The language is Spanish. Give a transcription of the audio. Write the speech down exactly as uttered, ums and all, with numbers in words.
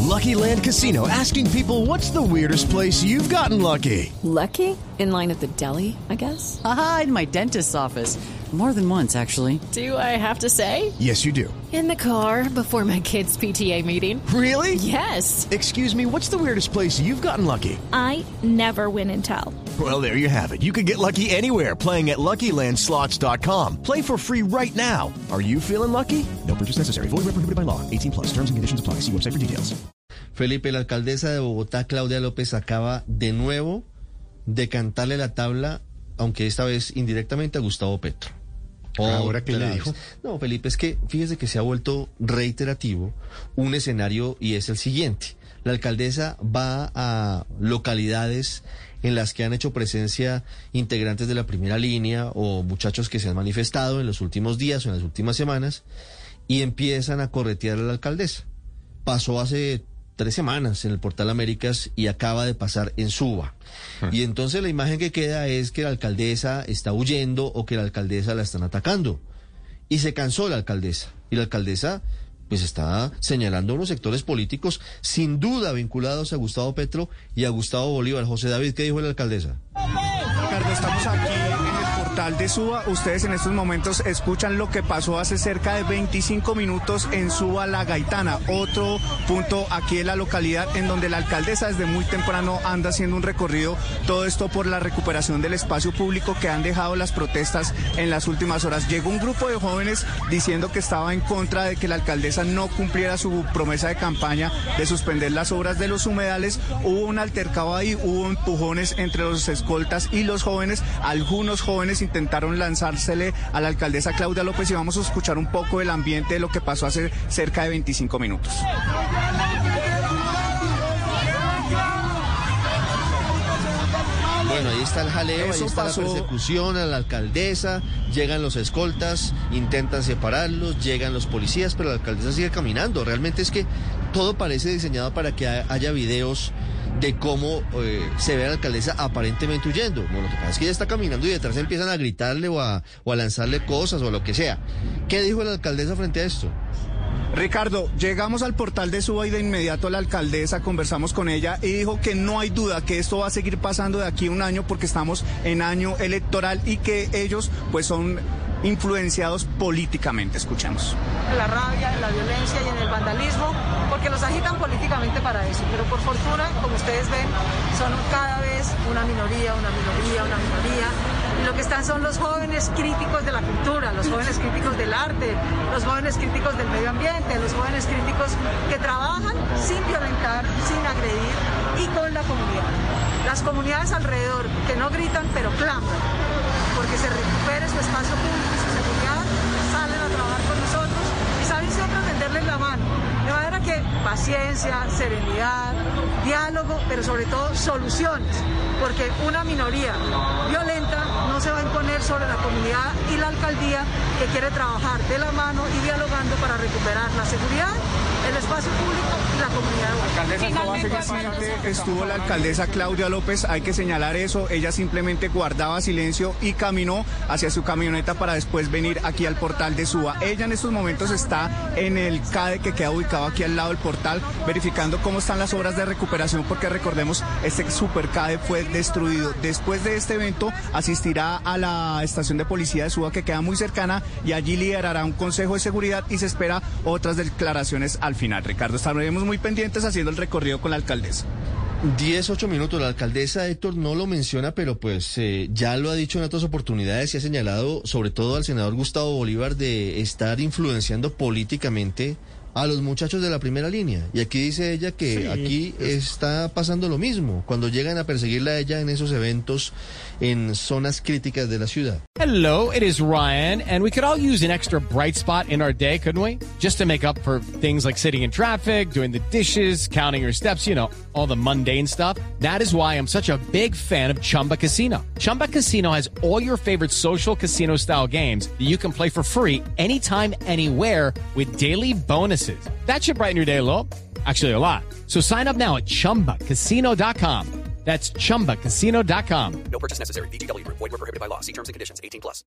Lucky Land Casino, asking people, what's the weirdest place you've gotten lucky? Lucky? In line at the deli, I guess? Aha, in my dentist's office. More than once, actually. Do I have to say? Yes, you do. In the car before my kids' P T A meeting. Really? Yes. Excuse me, what's the weirdest place you've gotten lucky? I never win and tell. Well, there you have it. You can get lucky anywhere, playing at Lucky Land Slots dot com. Play for free right now. Are you feeling lucky? No purchase necessary. Void where prohibited by law. eighteen plus. Terms and conditions apply. See website for details. Felipe, la alcaldesa de Bogotá, Claudia López, acaba de nuevo de cantarle la tabla, aunque esta vez indirectamente, a Gustavo Petro. ¿Ahora qué le dijo? No, Felipe, es que fíjese que se ha vuelto reiterativo un escenario y es el siguiente. La alcaldesa va a localidades en las que han hecho presencia integrantes de la primera línea o muchachos que se han manifestado en los últimos días o en las últimas semanas y empiezan a corretear a la alcaldesa. Pasó hace tres semanas en el Portal Américas y acaba de pasar en Suba. Ah. Y entonces la imagen que queda es que la alcaldesa está huyendo o que la alcaldesa la están atacando. Y se cansó la alcaldesa. Y la alcaldesa pues está señalando unos sectores políticos sin duda vinculados a Gustavo Petro y a Gustavo Bolívar. José David, ¿qué dijo la alcaldesa? Ricardo, estamos aquí en el Portal de Suba. Ustedes en estos momentos escuchan lo que pasó hace cerca de veinticinco minutos en Suba La Gaitana, otro punto aquí en la localidad en donde la alcaldesa desde muy temprano anda haciendo un recorrido, todo esto por la recuperación del espacio público que han dejado las protestas en las últimas horas. Llegó un grupo de jóvenes diciendo que estaba en contra de que la alcaldesa no cumpliera su promesa de campaña de suspender las obras de los humedales. Hubo un altercado ahí, hubo empujones entre los escoltas y los jóvenes. Algunos jóvenes intentaron lanzársele a la alcaldesa Claudia López y vamos a escuchar un poco el ambiente de lo que pasó hace cerca de veinticinco minutos. Bueno, ahí está el jaleo, Eso ahí está pasó. La persecución a la alcaldesa, llegan los escoltas, intentan separarlos, llegan los policías, pero la alcaldesa sigue caminando. Realmente es que todo parece diseñado para que haya videos de cómo eh, se ve a la alcaldesa aparentemente huyendo. Bueno, lo que pasa es que ella está caminando y detrás empiezan a gritarle o a, o a lanzarle cosas o lo que sea. ¿Qué dijo la alcaldesa frente a esto? Ricardo, llegamos al Portal de Suba y de inmediato la alcaldesa conversamos con ella y dijo que no hay duda que esto va a seguir pasando de aquí a un año porque estamos en año electoral y que ellos pues son influenciados políticamente. Escuchemos. En la rabia, en la violencia y en el vandalismo, porque los agitan políticamente para eso. Pero por fortuna, como ustedes ven, son cada vez una minoría, una minoría, una minoría. Y lo que están son los jóvenes críticos de la cultura, los jóvenes críticos del arte, los jóvenes críticos del medio ambiente, los jóvenes críticos que trabajan sin violentar, sin agredir y con la comunidad. Las comunidades alrededor que no gritan pero claman porque se recupere su espacio público y su seguridad, salen a trabajar con nosotros y saben siempre tenderles la mano. De manera que paciencia, serenidad, diálogo, pero sobre todo soluciones, porque una minoría violenta no se va a imponer sobre la comunidad y la alcaldía que quiere trabajar de la mano y dialogando para recuperar la seguridad, el espacio público y la comunidad. Finalmente estuvo la alcaldesa Claudia López, hay que señalar eso, ella simplemente guardaba silencio y caminó hacia su camioneta para después venir aquí al Portal de Suba. Ella en estos momentos está en el CADE que queda ubicado aquí al lado del portal, verificando cómo están las obras de recuperación, porque recordemos, este super CADE fue destruido. Después de este evento asistirá a la estación de policía de Suba que queda muy cercana y allí liderará un consejo de seguridad y se espera otras declaraciones al final. Ricardo, estaremos muy pendientes haciendo el recorrido con la alcaldesa. diez, ocho minutos. La alcaldesa, Héctor, no lo menciona, pero pues eh, ya lo ha dicho en otras oportunidades y ha señalado sobre todo al senador Gustavo Bolívar de estar influenciando políticamente a los muchachos de la primera línea. Y aquí dice ella que sí, aquí está pasando lo mismo cuando llegan a perseguirla a ella en esos eventos en zonas críticas de la ciudad. Hello, it is Ryan, and we could all use an extra bright spot in our day, couldn't we? Just to make up for things like sitting in traffic, doing the dishes, counting your steps, you know, all the mundane stuff. That is why I'm such a big fan of Chumba Casino. Chumba Casino has all your favorite social casino-style games that you can play for free anytime, anywhere with daily bonuses. That should brighten your day a little. Actually, a lot. So sign up now at chumba casino dot com. That's chumba casino dot com. No purchase necessary. V G W Group. Void where prohibited by law. See terms and conditions. eighteen plus.